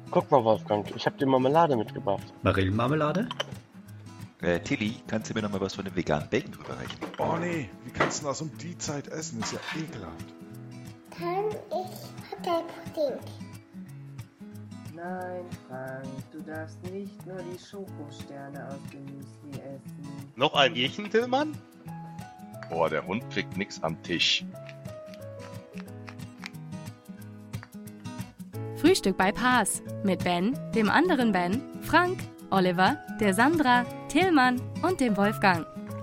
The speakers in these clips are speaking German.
Guck mal, Wolfgang, ich habe dir Marmelade mitgebracht. Marillenmarmelade? Tilly, kannst du mir noch mal was von dem veganen Bacon rüberreichen? Oh nee, wie kannst du das um die Zeit essen? Ist ja ekelhaft. Kann ich Hotelpudding? Nein, Frank, du darfst nicht nur die Schokosterne aus dem Müsli essen. Noch ein Bierchen, Tillmann? Boah, der Hund kriegt nix am Tisch. Frühstück bei Paas mit Ben, dem anderen Ben, Frank, Oliver, der Sandra, Tillmann und dem Wolfgang.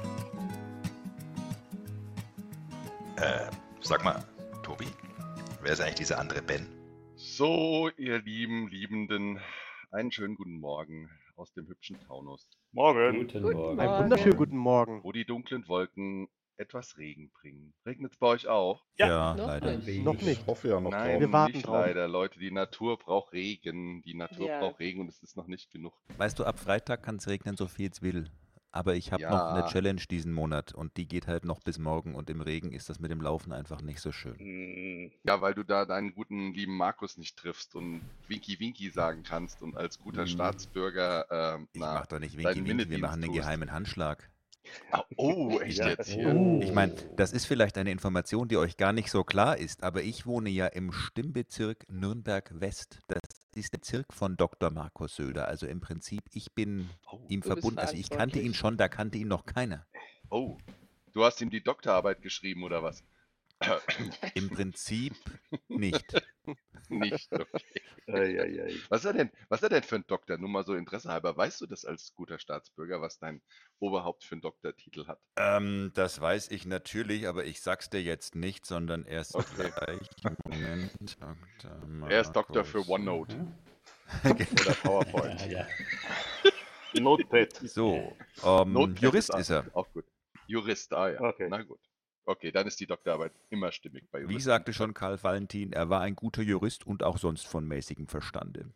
Sag mal, Tobi, wer ist eigentlich dieser andere Ben? So, ihr lieben Liebenden, einen schönen guten Morgen aus dem hübschen Taunus, Morgen. Guten Morgen. Einen wunderschönen guten Morgen. wo die dunklen Wolken etwas Regen bringen. Regnet's bei euch auch? Ja, leider. Noch nicht. Ich hoffe ja noch Nein, drauf. Wir warten nicht drauf. leider, Leute. Die Natur braucht Regen. Die Natur Ja. braucht Regen und es ist noch nicht genug. Weißt du, ab Freitag kann es regnen, so viel es will. Aber ich habe Ja. noch eine Challenge diesen Monat und die geht halt noch bis morgen und im Regen ist das mit dem Laufen einfach nicht so schön. Ja, weil du da deinen guten lieben Markus nicht triffst und Winky Winky sagen kannst und als guter Staatsbürger Ich mach doch nicht deinen Winky Winky, wir Mindestdienst machen den tust. geheimen Handschlag. Oh, echt jetzt hier? Ich meine, das ist vielleicht eine Information, die euch gar nicht so klar ist, aber ich wohne ja im Stimmbezirk Nürnberg-West. Das ist der Bezirk von Dr. Markus Söder. Also im Prinzip, ich bin ihm bist verbunden. Also ich kannte ihn verantwortlich. schon, da kannte ihn noch keiner. Oh, du hast ihm die Doktorarbeit geschrieben oder was? Im Prinzip nicht. Nicht, okay. Was ist er denn für ein Doktor? Nur mal so Interesse halber. Weißt du das als guter Staatsbürger, was dein Oberhaupt für einen Doktortitel hat? Das weiß ich natürlich, aber ich sag's dir jetzt nicht, sondern erst Okay. gleich. Moment. Dr. Er ist Doktor für Markus. OneNote oder PowerPoint. Ja. Notepad. So, Notepad Jurist ist er. Auch gut. Jurist, ah ja. Okay. Na gut. Okay, dann ist die Doktorarbeit immer stimmig bei Wie Juristen. sagte schon Karl Valentin, er war ein guter Jurist und auch sonst von mäßigem Verstande.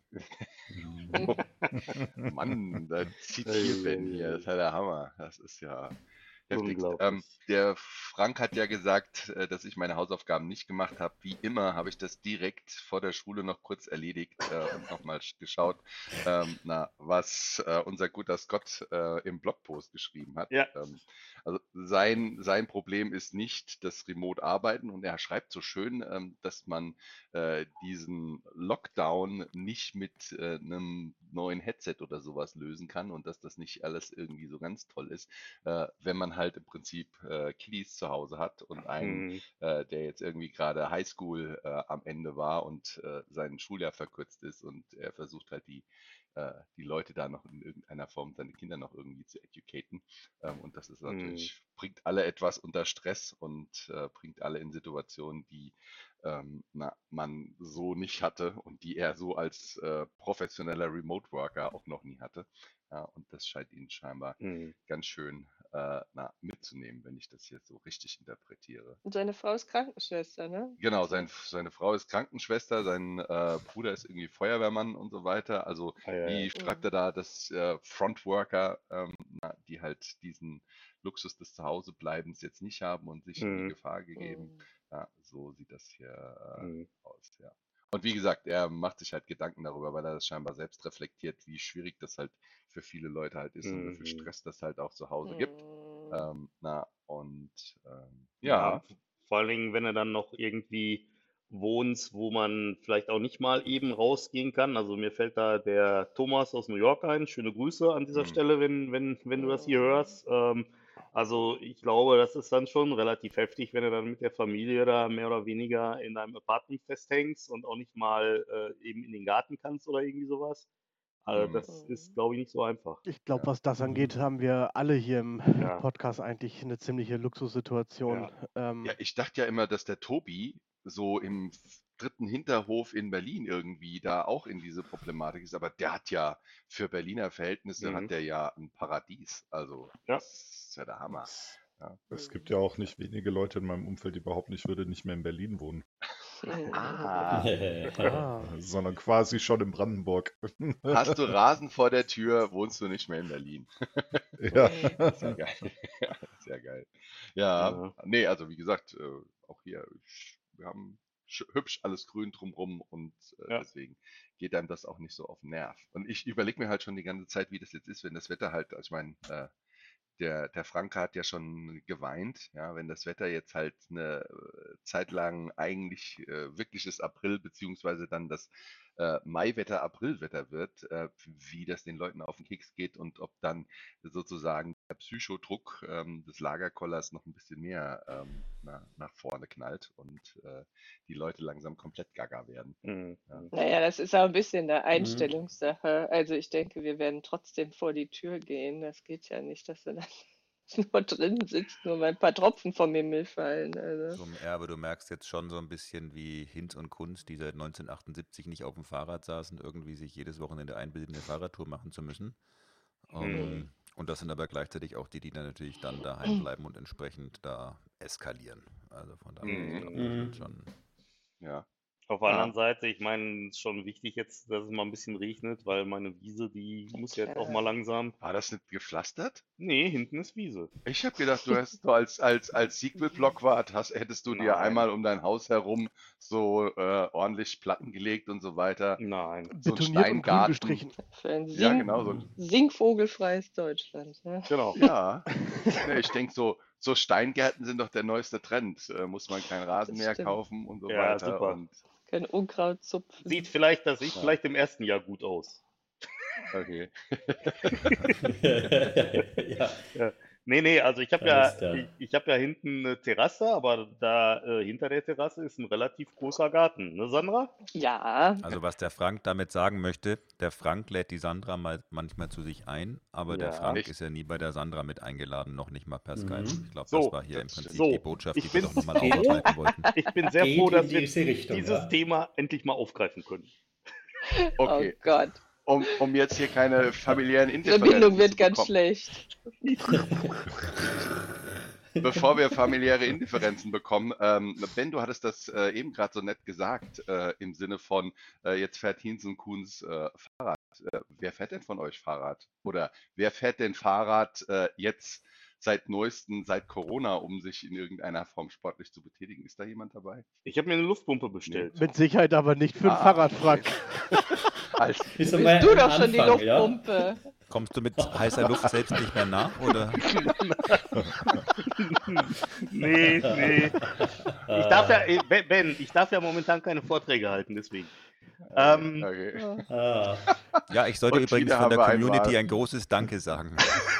Mann, da zitiert Ben hier. Das ist ja der Hammer. Das ist ja heftig. Unglaublich. Der Frank hat ja gesagt, dass ich meine Hausaufgaben nicht gemacht habe. Wie immer habe ich das direkt vor der Schule noch kurz erledigt und nochmal geschaut, was unser guter Scott im Blogpost geschrieben hat. Ja. Also sein Problem ist nicht das Remote-Arbeiten und er schreibt so schön, dass man diesen Lockdown nicht mit einem neuen Headset oder sowas lösen kann und dass das nicht alles irgendwie so ganz toll ist, wenn man halt im Prinzip Kiddies zu Hause hat und einen, der jetzt irgendwie gerade Highschool am Ende war und sein Schuljahr verkürzt ist und er versucht halt die Leute da noch in irgendeiner Form, seine Kinder noch irgendwie zu educaten. Und das ist natürlich, bringt alle etwas unter Stress und bringt alle in Situationen, die man so nicht hatte und die er so als professioneller Remote Worker auch noch nie hatte. Ja, und das scheint ihn scheinbar ganz schön mitzunehmen, wenn ich das hier so richtig interpretiere. Und seine Frau ist Krankenschwester, ne? Genau, seine Frau ist Krankenschwester, sein Bruder ist irgendwie Feuerwehrmann und so weiter. Also wie schreibt er da, dass Frontworker, die halt diesen Luxus des Zuhausebleibens jetzt nicht haben und sich in die Gefahr gegeben. Ja, so sieht das hier aus, ja. Und wie gesagt, er macht sich halt Gedanken darüber, weil er das scheinbar selbst reflektiert, wie schwierig das halt für viele Leute halt ist und wie viel Stress das halt auch zu Hause gibt. Ja, vor allen Dingen, wenn er dann noch irgendwie wohnt, wo man vielleicht auch nicht mal eben rausgehen kann. Also mir fällt da der Thomas aus New York ein. Schöne Grüße an dieser Stelle, wenn du das hier hörst. Also ich glaube, das ist dann schon relativ heftig, wenn du dann mit der Familie da mehr oder weniger in deinem Apartment festhängst und auch nicht mal eben in den Garten kannst oder irgendwie sowas. Also das ist, glaube ich, nicht so einfach. Ich glaube, was das angeht, haben wir alle hier im Podcast eigentlich eine ziemliche Luxussituation. Ja, ich dachte ja immer, dass der Tobi so im dritten Hinterhof in Berlin irgendwie da auch in diese Problematik ist, aber der hat ja für Berliner Verhältnisse hat der ja ein Paradies. Also das ist ja der Hammer. Ja. Es gibt ja auch nicht wenige Leute in meinem Umfeld, die behaupten, ich würde nicht mehr in Berlin wohnen. Sondern quasi schon in Brandenburg. Hast du Rasen vor der Tür, wohnst du nicht mehr in Berlin. Ja. Sehr geil. Sehr geil. Ja, nee, also wie gesagt, auch hier, wir haben hübsch, alles grün drumrum und deswegen geht einem das auch nicht so auf den Nerv. Und ich überlege mir halt schon die ganze Zeit, wie das jetzt ist, wenn das Wetter halt, also ich meine, der Franke hat ja schon geweint, ja, wenn das Wetter jetzt halt eine Zeit lang eigentlich wirkliches April beziehungsweise dann das Maiwetter, Aprilwetter wird, wie das den Leuten auf den Keks geht und ob dann sozusagen der Psychodruck des Lagerkollers noch ein bisschen mehr nach vorne knallt und die Leute langsam komplett gaga werden. Ja. Naja, das ist auch ein bisschen eine Einstellungssache. Also ich denke, wir werden trotzdem vor die Tür gehen. Das geht ja nicht, dass du dann nur drin sitzt, nur weil ein paar Tropfen vom Himmel fallen. Also. Aber du merkst jetzt schon so ein bisschen wie Hinz und Kunz, die seit 1978 nicht auf dem Fahrrad saßen, irgendwie sich jedes Wochenende einbilden, eine Fahrradtour machen zu müssen. Und das sind aber gleichzeitig auch die dann natürlich dann daheim bleiben und entsprechend da eskalieren. Also von daher, ich glaube, das wird schon. Ja. Auf der anderen Seite, ich meine, es ist schon wichtig jetzt, dass es mal ein bisschen regnet, weil meine Wiese, die muss jetzt auch mal langsam. War das nicht gepflastert? Nee, hinten ist Wiese. Ich habe gedacht, du hast so als Sequel-Block hättest du dir einmal um dein Haus herum so ordentlich Platten gelegt und so weiter. Nein. So ein Betoniert und grün Steingarten. gestrichen. Für ein Ja, genau. So. Singvogelfreies Deutschland. Ja. Genau. Ja. Ich denke, so Steingärten sind doch der neueste Trend. Muss man kein Rasenmäher stimmt. kaufen und so Ja, weiter. super. Und Kein Unkraut zupfen. Sieht vielleicht im ersten Jahr gut aus. okay. Ja. Nee, also ich habe ja hinten eine Terrasse, aber da hinter der Terrasse ist ein relativ großer Garten, ne Sandra? Ja. Also was der Frank damit sagen möchte, der Frank lädt die Sandra manchmal zu sich ein, aber der Frank Echt? ist ja nie bei der Sandra mit eingeladen, noch nicht mal per Skype. Ich glaube, So, das war hier im Prinzip so, die Botschaft, ich die wir bin doch nochmal froh. aufarbeiten wollten. Ich bin sehr Geht froh, in dass wir diese Richtung, dieses ja. Thema endlich mal aufgreifen können. Okay. Oh Gott. Um jetzt hier keine familiären Indifferenzen Verbindung wird zu ganz bekommen. schlecht. Bevor wir familiäre Indifferenzen bekommen, Ben, du hattest das eben gerade so nett gesagt, im Sinne von, jetzt fährt Hinz und Kunz Fahrrad. Wer fährt denn von euch Fahrrad? Oder wer fährt denn Fahrrad jetzt seit Corona, um sich in irgendeiner Form sportlich zu betätigen? Ist da jemand dabei? Ich habe mir eine Luftpumpe bestellt. Mit Sicherheit aber nicht für ein Fahrrad, Frank. Bist du doch schon die Luftpumpe. Kommst du mit heißer Luft selbst nicht mehr nach, oder? Nee. Ich darf ja momentan keine Vorträge halten, deswegen. Okay. Ja, ich sollte Und übrigens China von der haben wir Community einmal. ein großes Danke sagen.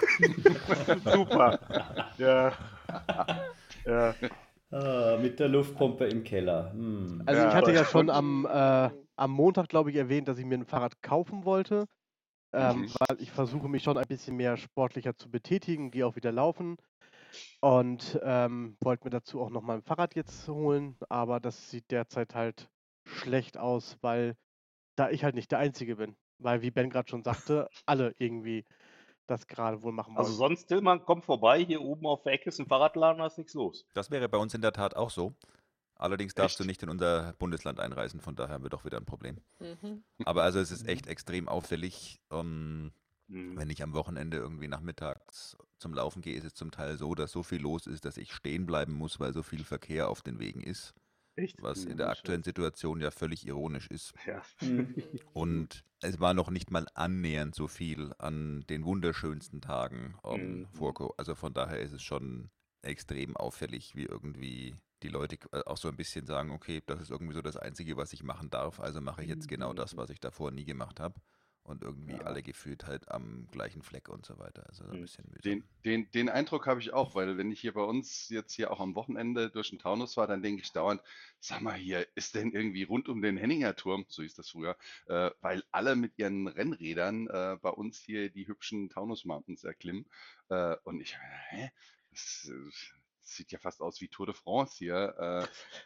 Super. Ja. Mit der Luftpumpe im Keller. Also ich hatte ja schon am Montag, glaube ich, erwähnt, dass ich mir ein Fahrrad kaufen wollte, weil ich versuche mich schon ein bisschen mehr sportlicher zu betätigen, gehe auch wieder laufen und wollte mir dazu auch noch mal ein Fahrrad jetzt holen, aber das sieht derzeit halt schlecht aus, weil da ich halt nicht der Einzige bin, weil wie Ben gerade schon sagte, alle irgendwie das gerade wohl machen wollen. Also sonst, Tillmann, komm vorbei, hier oben auf der Ecke ist ein Fahrradladen, da ist nichts los. Das wäre bei uns in der Tat auch so. Allerdings darfst du nicht in unser Bundesland einreisen, von daher haben wir doch wieder ein Problem. Aber also es ist echt extrem auffällig. Wenn ich am Wochenende irgendwie nachmittags zum Laufen gehe, ist es zum Teil so, dass so viel los ist, dass ich stehen bleiben muss, weil so viel Verkehr auf den Wegen ist. Echt? Was in der aktuellen Situation ja völlig ironisch ist. Ja. Und es war noch nicht mal annähernd so viel an den wunderschönsten Tagen also von daher ist es schon extrem auffällig, wie irgendwie die Leute auch so ein bisschen sagen, okay, das ist irgendwie so das Einzige, was ich machen darf, also mache ich jetzt genau das, was ich davor nie gemacht habe. Und irgendwie alle gefühlt halt am gleichen Fleck und so weiter. Also so ein bisschen mühsam. Den Eindruck habe ich auch, weil wenn ich hier bei uns jetzt hier auch am Wochenende durch den Taunus war, dann denke ich dauernd, sag mal hier, ist denn irgendwie rund um den Henninger Turm, so hieß das früher, weil alle mit ihren Rennrädern bei uns hier die hübschen Taunus Mountains erklimmen. Und ich, das sieht ja fast aus wie Tour de France hier.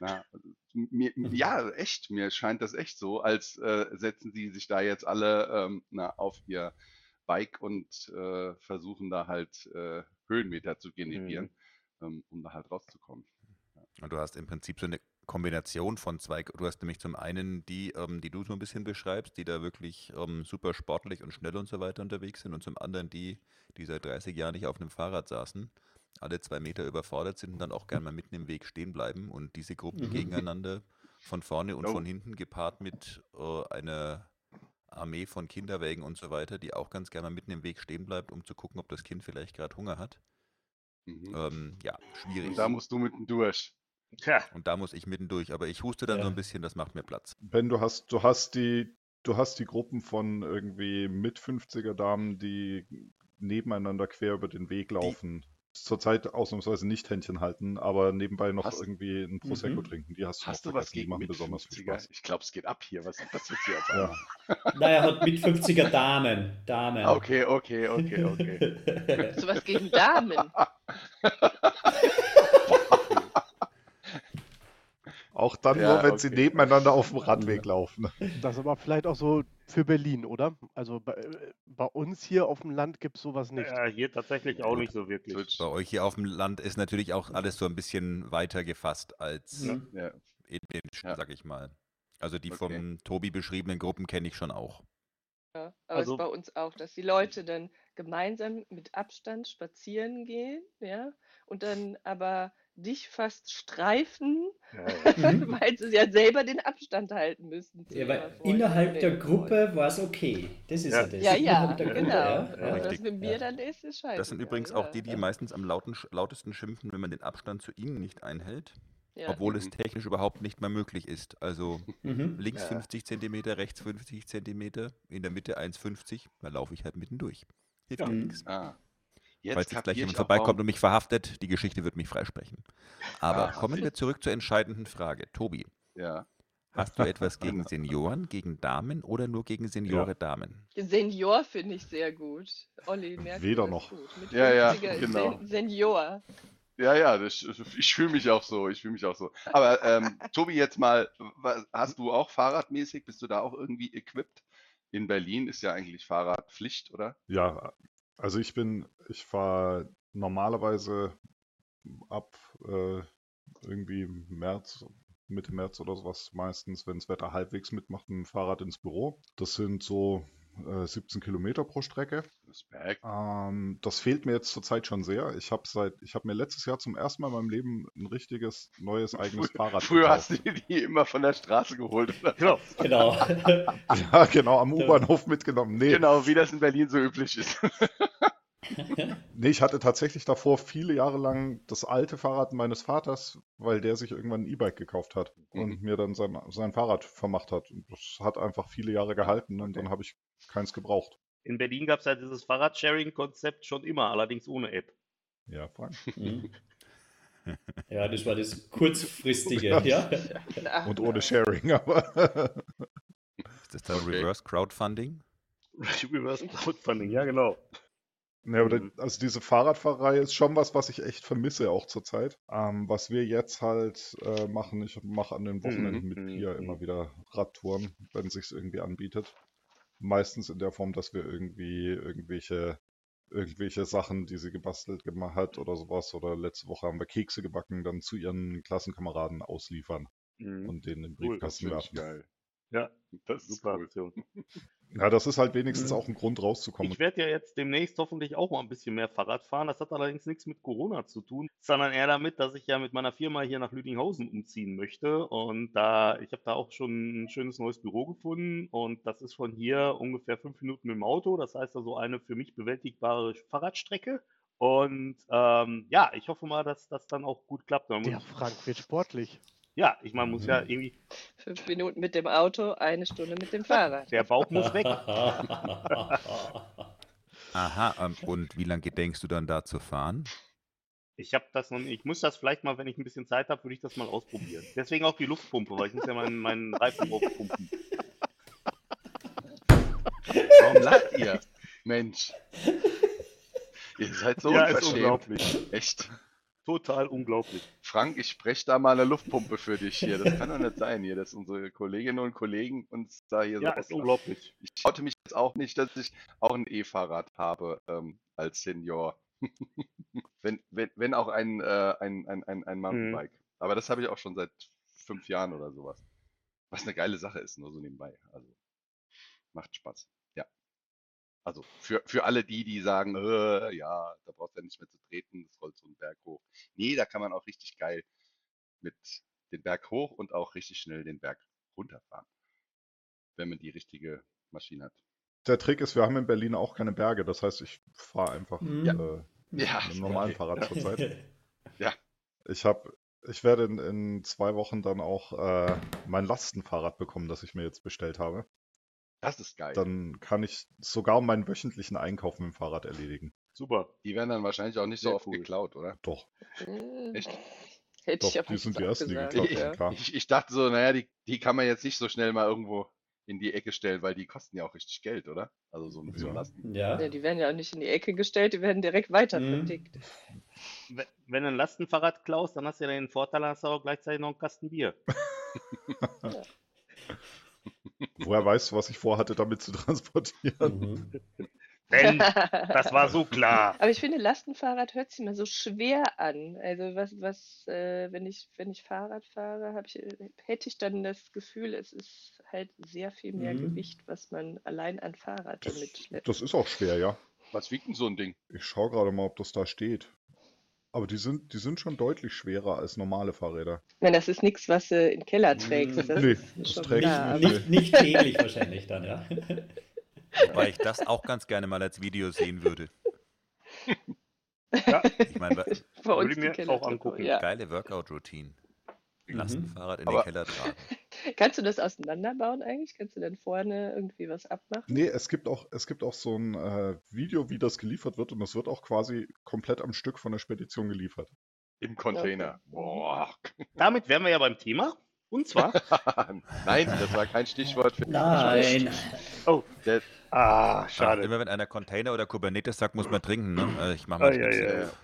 Ja, echt, mir scheint das echt so, als setzen sie sich da jetzt alle auf ihr Bike und versuchen da halt Höhenmeter zu generieren, um da halt rauszukommen. Und du hast im Prinzip so eine Kombination von zwei, du hast nämlich zum einen die du so ein bisschen beschreibst, die da wirklich super sportlich und schnell und so weiter unterwegs sind und zum anderen die seit 30 Jahren nicht auf einem Fahrrad saßen, alle 2 Meter überfordert sind und dann auch gerne mal mitten im Weg stehen bleiben und diese Gruppen gegeneinander von vorne und Oh. von hinten, gepaart mit einer Armee von Kinderwägen und so weiter, die auch ganz gerne mal mitten im Weg stehen bleibt, um zu gucken, ob das Kind vielleicht gerade Hunger hat. Ja, schwierig. Und da musst du mitten durch. Tja, Und da muss ich mitten durch, aber ich huste dann so ein bisschen, das macht mir Platz. Ben, du hast die Gruppen von irgendwie mit 50er Damen, die nebeneinander quer über den Weg laufen. Zurzeit ausnahmsweise nicht Händchen halten, aber nebenbei noch irgendwie ein Prosecco trinken. Die hast du noch Hast du was vergessen. Die gegen machen mit besonders viel 50er? Spaß. Ich glaube, es geht ab hier. Was ist das jetzt hier? Ja. Naja, hat mit 50er Damen. Damen. Okay. So was gegen Damen. Auch dann Ja, nur, wenn sie okay. nebeneinander auf dem Radweg laufen. Das ist aber vielleicht auch so für Berlin, oder? Also bei uns hier auf dem Land gibt es sowas nicht. hier tatsächlich auch nicht so wirklich. Bei euch hier auf dem Land ist natürlich auch alles so ein bisschen weiter gefasst als Ja. in den, sag ich mal. Also die Okay. vom Tobi beschriebenen Gruppen kenne ich schon auch. Ja, aber Also- es ist bei uns auch, dass die Leute dann gemeinsam mit Abstand spazieren gehen, ja, und dann aber dich fast streifen, weil sie ja selber den Abstand halten müssen. zu Ja, ihrer weil Freundin innerhalb oder der ihrem Gruppe war es okay. Das ist ja das. Ja, Innerhalb der Gruppe, genau. ja. Und Richtig. was mit mir dann ist scheiße. Das sind übrigens auch die, die meistens am lautesten schimpfen, wenn man den Abstand zu ihnen nicht einhält. Ja. Obwohl es technisch überhaupt nicht mehr möglich ist. Also links Ja. 50 cm, rechts 50 cm, in der Mitte 1,50, da laufe ich halt mitten durch. Hilft ja nichts. Falls jetzt gleich jemand vorbeikommt und mich verhaftet, die Geschichte wird mich freisprechen. Aber kommen wir zurück zur entscheidenden Frage. Tobi, Ja. hast du etwas gegen Senioren, gegen Damen oder nur gegen Seniore-Damen? Senior finde ich sehr gut. Olli, merkt Weder das noch. gut. Mit Ja, 50er ist genau. Senior. Ja, ich fühle mich auch so. Aber Tobi, jetzt mal, hast du auch fahrradmäßig, bist du da auch irgendwie equipped? In Berlin ist ja eigentlich Fahrradpflicht, oder? Ja, also ich fahre normalerweise ab irgendwie Mitte März oder sowas meistens, wenn das Wetter halbwegs mitmacht, mit dem Fahrrad ins Büro. Das sind so 17 Kilometer pro Strecke. Respekt. Das fehlt mir jetzt zurzeit schon sehr. Ich habe mir letztes Jahr zum ersten Mal in meinem Leben ein richtiges, neues, eigenes Fahrrad Früher gekauft. hast du dir die immer von der Straße geholt, oder? Genau. Genau. Ja, genau, am U-Bahnhof mitgenommen. Nee, Genau, wie das in Berlin so üblich ist. nee, ich hatte tatsächlich davor viele Jahre lang das alte Fahrrad meines Vaters, weil der sich irgendwann ein E-Bike gekauft hat und mir dann sein Fahrrad vermacht hat. Und das hat einfach viele Jahre gehalten und dann habe ich keins gebraucht. In Berlin gab es ja dieses Fahrradsharing-Konzept schon immer, allerdings ohne App. Ja, Frank. Ja, das war das kurzfristige, ja. Und ohne Sharing, aber Ist das dann Reverse Crowdfunding? Reverse Crowdfunding, ja genau. ne, aber also diese Fahrradfahrerei ist schon was ich echt vermisse auch zurzeit. Was wir jetzt halt machen, ich mache an den Wochenenden mit Pia immer wieder Radtouren, wenn es sich irgendwie anbietet. Meistens in der Form, dass wir irgendwie irgendwelche Sachen, die sie gebastelt hat oder sowas, oder letzte Woche haben wir Kekse gebacken, dann zu ihren Klassenkameraden ausliefern und denen in den Briefkasten werfen. Geil. Ja, Das ist super cool. Aktion. Ja, das ist halt wenigstens auch ein Grund rauszukommen. Ich werde ja jetzt demnächst hoffentlich auch mal ein bisschen mehr Fahrrad fahren. Das hat allerdings nichts mit Corona zu tun, sondern eher damit, dass ich ja mit meiner Firma hier nach Lüdinghausen umziehen möchte. Und ich habe da auch schon ein schönes neues Büro gefunden. Und das ist von hier ungefähr 5 Minuten mit dem Auto. Das heißt also eine für mich bewältigbare Fahrradstrecke. Und ja, ich hoffe mal, dass das dann auch gut klappt. Der Frank wird sportlich. Ja, ich meine, muss ja irgendwie. 5 Minuten mit dem Auto, 1 Stunde mit dem Fahrrad. Der Bauch muss weg. Aha, und wie lange gedenkst du dann da zu fahren? Ich habe das noch nicht. Ich muss das vielleicht mal, wenn ich ein bisschen Zeit habe, würde ich das mal ausprobieren. Deswegen auch die Luftpumpe, weil ich muss ja meinen Reifen aufpumpen. Warum lacht ihr? Mensch. Ihr seid so Ja, ist unverschämt. unglaublich. Echt. Total unglaublich. Frank, ich spreche da mal eine Luftpumpe für dich hier. Das kann doch nicht sein hier, dass unsere Kolleginnen und Kollegen uns da hier so Ja, ist auslachen. unglaublich. Ich traute mich jetzt auch nicht, dass ich auch ein E-Fahrrad habe als Senior. wenn auch ein Mountainbike. Aber das habe ich auch schon seit 5 Jahren oder sowas. Was eine geile Sache ist, nur so nebenbei. Also macht Spaß. Ja. Also für alle die sagen, ja, da brauchst du ja nicht mehr zu treten, das rollt so einen Berg hoch. Nee, da kann man auch richtig geil mit den Berg hoch und auch richtig schnell den Berg runterfahren, wenn man die richtige Maschine hat. Der Trick ist, wir haben in Berlin auch keine Berge. Das heißt, ich fahre einfach mit einem normalen Fahrrad zurzeit. Ja. Ich werde in 2 Wochen dann auch mein Lastenfahrrad bekommen, das ich mir jetzt bestellt habe. Das ist geil. Dann kann ich sogar meinen wöchentlichen Einkauf mit dem Fahrrad erledigen. Super. Die werden dann wahrscheinlich auch nicht so Sehr oft cool. geklaut, oder? Doch, Echt? Hätte ich doch, aber die sind jetzt die auch ersten, die gesagt, geklaut Ich, werden, klar. ich dachte so, naja, die kann man jetzt nicht so schnell mal irgendwo in die Ecke stellen, weil die kosten ja auch richtig Geld, oder? Also so mit so Ja. Lasten. Ja. Ja, die werden ja auch nicht in die Ecke gestellt, die werden direkt weiter vertickt. Wenn du ein Lastenfahrrad klaust, dann hast du ja den Vorteil, hast du auch gleichzeitig noch einen Kasten Bier. Woher weißt du, was ich vorhatte, damit zu transportieren? Denn das war so klar. Aber ich finde, Lastenfahrrad hört sich immer so schwer an. Also wenn ich Fahrrad fahre, hätte ich dann das Gefühl, es ist halt sehr viel mehr Gewicht, was man allein an Fahrrad damit schleppt. Das ist auch schwer, ja. Was wiegt denn so ein Ding? Ich schaue gerade mal, ob das da steht. Aber die sind schon deutlich schwerer als normale Fahrräder. Ich meine, das ist nichts, was du in den Keller trägst. Das Nee, ist das schon trägst klar. du Nicht täglich wahrscheinlich dann, ja. Wobei ich das auch ganz gerne mal als Video sehen würde. Ja, Ich meine, Bei uns würde ich die mir Kellertreppe, auch angucken. ja. geile Workout-Routine. Lastenfahrrad in den Aber- Keller tragen. Kannst du das auseinanderbauen eigentlich? Kannst du dann vorne irgendwie was abmachen? Nee, es gibt auch so ein Video, wie das geliefert wird, und das wird auch quasi komplett am Stück von der Spedition geliefert. Im Container. Okay. Boah. damit wären wir ja beim Thema. Und zwar, Nein, das war kein Stichwort für Nein. Der, schade. Immer wenn einer Container oder Kubernetes sagt, muss man trinken. Ne? Ich mache mal Ja, Tipps. ja, ja.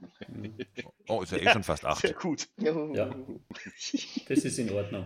Oh, ist ja eh schon fast 8. Sehr gut. Ja, das ist in Ordnung.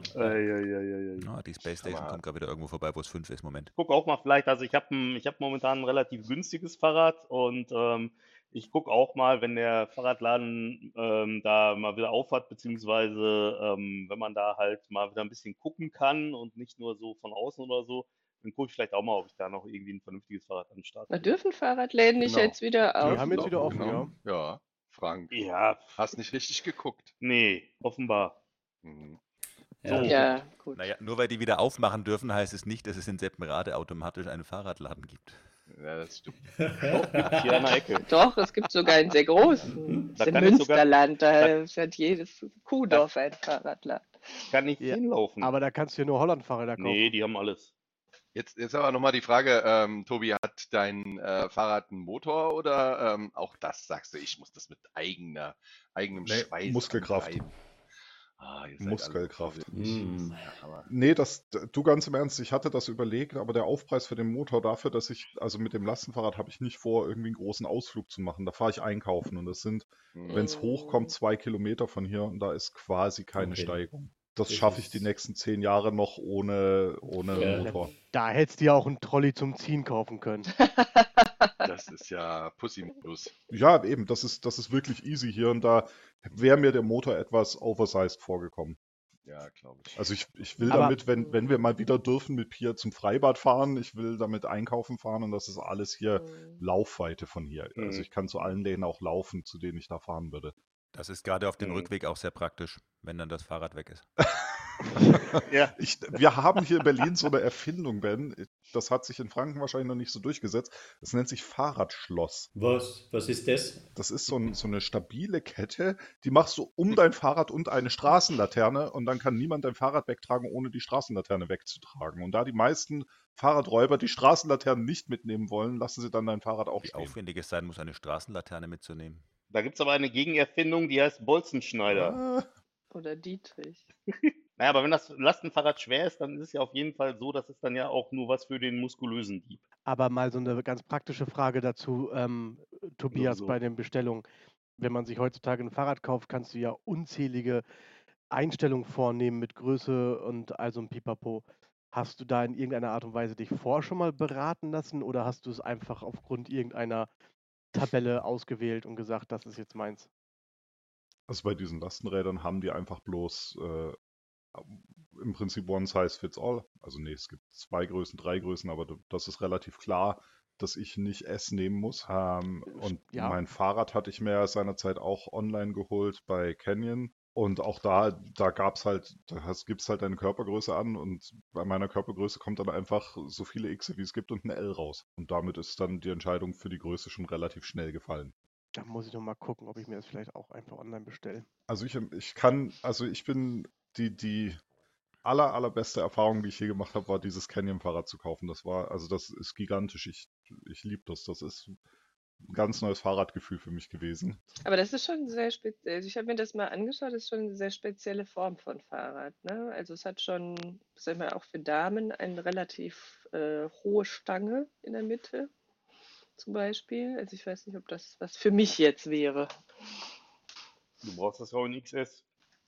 Die Space Station kommt gerade wieder irgendwo vorbei, wo es 5 ist. Moment. Guck auch mal vielleicht, also ich habe momentan ein relativ günstiges Fahrrad und ich gucke auch mal, wenn der Fahrradladen da mal wieder aufhat, beziehungsweise wenn man da halt mal wieder ein bisschen gucken kann und nicht nur so von außen oder so, dann gucke ich vielleicht auch mal, ob ich da noch irgendwie ein vernünftiges Fahrrad an den Start Da kriege. dürfen Fahrradläden nicht Genau. jetzt wieder auf. Die haben jetzt wieder offen, genau. Ja, Frank. Ja, Hast nicht richtig geguckt. nee, offenbar. Mhm. Ja. Ja, gut. Naja, nur weil die wieder aufmachen dürfen, heißt es nicht, dass es in Seppenrade automatisch einen Fahrradladen gibt. Ja, das stimmt. Hier an der Ecke. Doch, es gibt sogar einen sehr großen. Da Das ist kann im ich sogar- Münsterland, da hat jedes Kuhdorf ein Fahrradladen. Kann nicht Ja, hinlaufen. Aber da kannst du ja nur Holland-Fahrräder kaufen. Nee, die haben alles. Jetzt aber nochmal die Frage, Tobi, hat dein Fahrrad einen Motor oder auch das sagst du, ich muss das mit eigenem Nee, Schweiß Muskelkraft. antreiben? Ihr seid Muskelkraft. alle so- Ja, aber Nee, du ganz im Ernst, ich hatte das überlegt, aber der Aufpreis für den Motor dafür, also mit dem Lastenfahrrad habe ich nicht vor, irgendwie einen großen Ausflug zu machen. Da fahre ich einkaufen und das sind, wenn es hochkommt, 2 Kilometer von hier und da ist quasi keine Okay. Steigung. Das Das schaffe ich ist- die nächsten 10 Jahre noch ohne Ja. Motor. Da hättest du ja auch einen Trolley zum Ziehen kaufen können. das ist ja Pussy-Modus. Ja, eben, das ist wirklich easy hier und da wäre mir der Motor etwas oversized vorgekommen. Ja, glaube ich. Also ich will Aber- damit, wenn wir mal wieder dürfen, mit Pia zum Freibad fahren, ich will damit einkaufen fahren und das ist alles hier Laufweite von hier. Also ich kann zu allen Läden auch laufen, zu denen ich da fahren würde. Das ist gerade auf dem Rückweg auch sehr praktisch, wenn dann das Fahrrad weg ist. Ja. Wir haben hier in Berlin so eine Erfindung, Ben. Das hat sich in Franken wahrscheinlich noch nicht so durchgesetzt. Das nennt sich Fahrradschloss. Was ist das? Das ist so eine stabile Kette, die machst du um dein Fahrrad und eine Straßenlaterne und dann kann niemand dein Fahrrad wegtragen, ohne die Straßenlaterne wegzutragen. Und da die meisten Fahrradräuber die Straßenlaternen nicht mitnehmen wollen, lassen sie dann dein Fahrrad auch Wie stehen. aufwendig es sein muss, eine Straßenlaterne mitzunehmen. Da gibt es aber eine Gegenerfindung, die heißt Bolzenschneider. Ah, Oder Dietrich. Naja, aber wenn das Lastenfahrrad schwer ist, dann ist es ja auf jeden Fall so, dass es dann ja auch nur was für den muskulösen Dieb. Aber mal so eine ganz praktische Frage dazu, Tobias, so. bei den Bestellungen. Wenn man sich heutzutage ein Fahrrad kauft, kannst du ja unzählige Einstellungen vornehmen mit Größe und also ein Pipapo. Hast du da in irgendeiner Art und Weise dich schon mal beraten lassen oder hast du es einfach aufgrund irgendeiner Tabelle ausgewählt und gesagt, das ist jetzt meins? Also bei diesen Lastenrädern haben die einfach bloß im Prinzip One Size Fits All. Also nee, es gibt 2 Größen, 3 Größen, aber das ist relativ klar, dass ich nicht S nehmen muss. Und Ja. mein Fahrrad hatte ich mir seinerzeit auch online geholt bei Canyon. Und auch da gibt's halt deine Körpergröße an und bei meiner Körpergröße kommt dann einfach so viele X, wie es gibt und ein L raus. Und damit ist dann die Entscheidung für die Größe schon relativ schnell gefallen. Da muss ich noch mal gucken, ob ich mir das vielleicht auch einfach online bestelle. Also ich bin die allerbeste Erfahrung, die ich je gemacht habe, war dieses Canyon-Fahrrad zu kaufen. Das ist gigantisch. Ich liebe das. Das ist ein ganz neues Fahrradgefühl für mich gewesen. Aber das ist schon sehr speziell. Also ich habe mir das mal angeschaut, das ist schon eine sehr spezielle Form von Fahrrad. Ne? Also es hat schon, sag ich mal, auch für Damen eine relativ hohe Stange in der Mitte zum Beispiel. Also ich weiß nicht, ob das was für mich jetzt wäre. Du brauchst das auch in XS.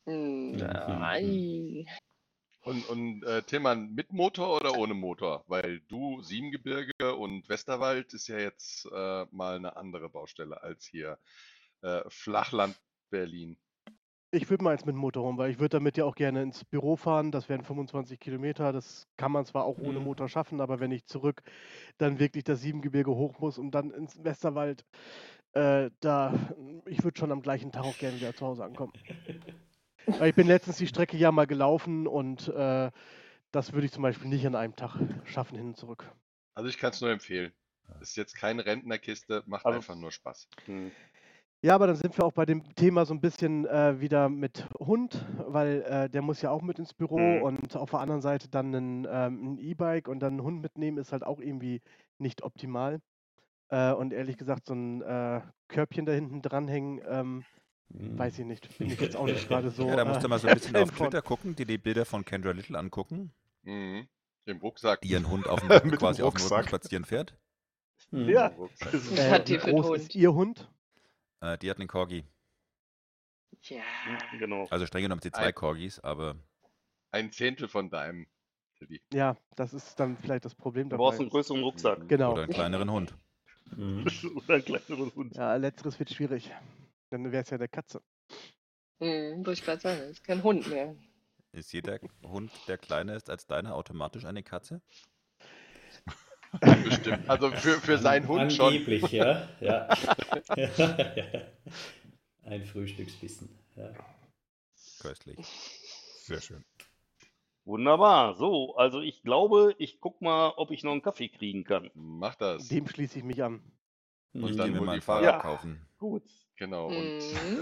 Nein. Und Tillmann, mit Motor oder ohne Motor? Weil du Siebengebirge und Westerwald ist ja jetzt mal eine andere Baustelle als hier Flachland Berlin. Ich würde mal eins mit dem Motorhome, weil ich würde damit ja auch gerne ins Büro fahren. Das wären 25 Kilometer. Das kann man zwar auch ohne Motor schaffen, aber wenn ich zurück dann wirklich das Siebengebirge hoch muss und dann ins Westerwald, ich würde schon am gleichen Tag auch gerne wieder zu Hause ankommen. Weil ich bin letztens die Strecke ja mal gelaufen und das würde ich zum Beispiel nicht an einem Tag schaffen, hin und zurück. Also ich kann es nur empfehlen. Ist jetzt keine Rentnerkiste, macht einfach nur Spaß. Ja, aber dann sind wir auch bei dem Thema so ein bisschen wieder mit Hund, weil der muss ja auch mit ins Büro und auf der anderen Seite dann ein E-Bike und dann einen Hund mitnehmen ist halt auch irgendwie nicht optimal. Und ehrlich gesagt, so ein Körbchen da hinten dranhängen, weiß ich nicht. Bin ich jetzt auch nicht gerade so. Ja, da musst du mal so ein bisschen auf Twitter gucken, dir die Bilder von Kendra Little angucken. Mhm. Im Rucksack. Die ihren Hund quasi auf dem Rücken spazieren fährt. Ja. Was hat die für einen groß Hund? ist Ihr Hund? Die hat einen Corgi. Ja. Genau. Also streng genommen hat sie 2 Corgis, aber Ein Zehntel von deinem. Tilly. Ja, das ist dann vielleicht das Problem Du dabei. brauchst einen größeren Rucksack. Genau. oder einen kleineren Hund. Oder einen kleineren Hund. Ja, letzteres wird schwierig. Dann wäre es ja der Katze. Wollte ich gerade sagen, das ist kein Hund mehr. Ist jeder Hund, der kleiner ist als deiner, automatisch eine Katze? Bestimmt. Also für seinen Hund schon. Angeblich, ja. Ja. Ein Frühstücksbissen. Ja. Köstlich. Sehr schön. Wunderbar. So, also ich glaube, ich guck mal, ob ich noch einen Kaffee kriegen kann. Mach das. Dem schließe ich mich an. Und dann dann hol wir mal die ein Fahrrad Ja. kaufen. Gut. Genau. Und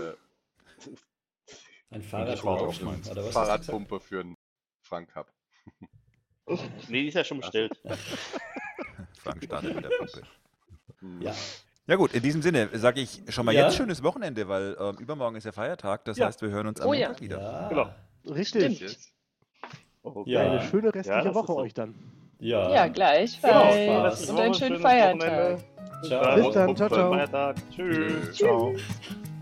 Ein ich Fahrrad brauche auch kaufen, eine oder was hast du gesagt? Fahrradpumpe für einen Frank Hub. Nee, die ist ja schon bestellt. Frank startet mit der Pumpe. Ja. Ja gut, in diesem Sinne sage ich schon mal Ja. jetzt schönes Wochenende, weil übermorgen ist ja Feiertag. Das Ja. heißt, wir hören uns am Oh ja. Montag wieder. Ja. Genau. Richtig. Jetzt. Okay. Ja. Eine schöne restliche Ja, das Woche ist so. euch dann. Ja. Ja, Genau, gleichfalls. Spaß. Und einen schönen Schönes Feiertag. Wochenende. Ciao. Bis dann, ciao, ciao. Feiertag. Tschüss. Ciao.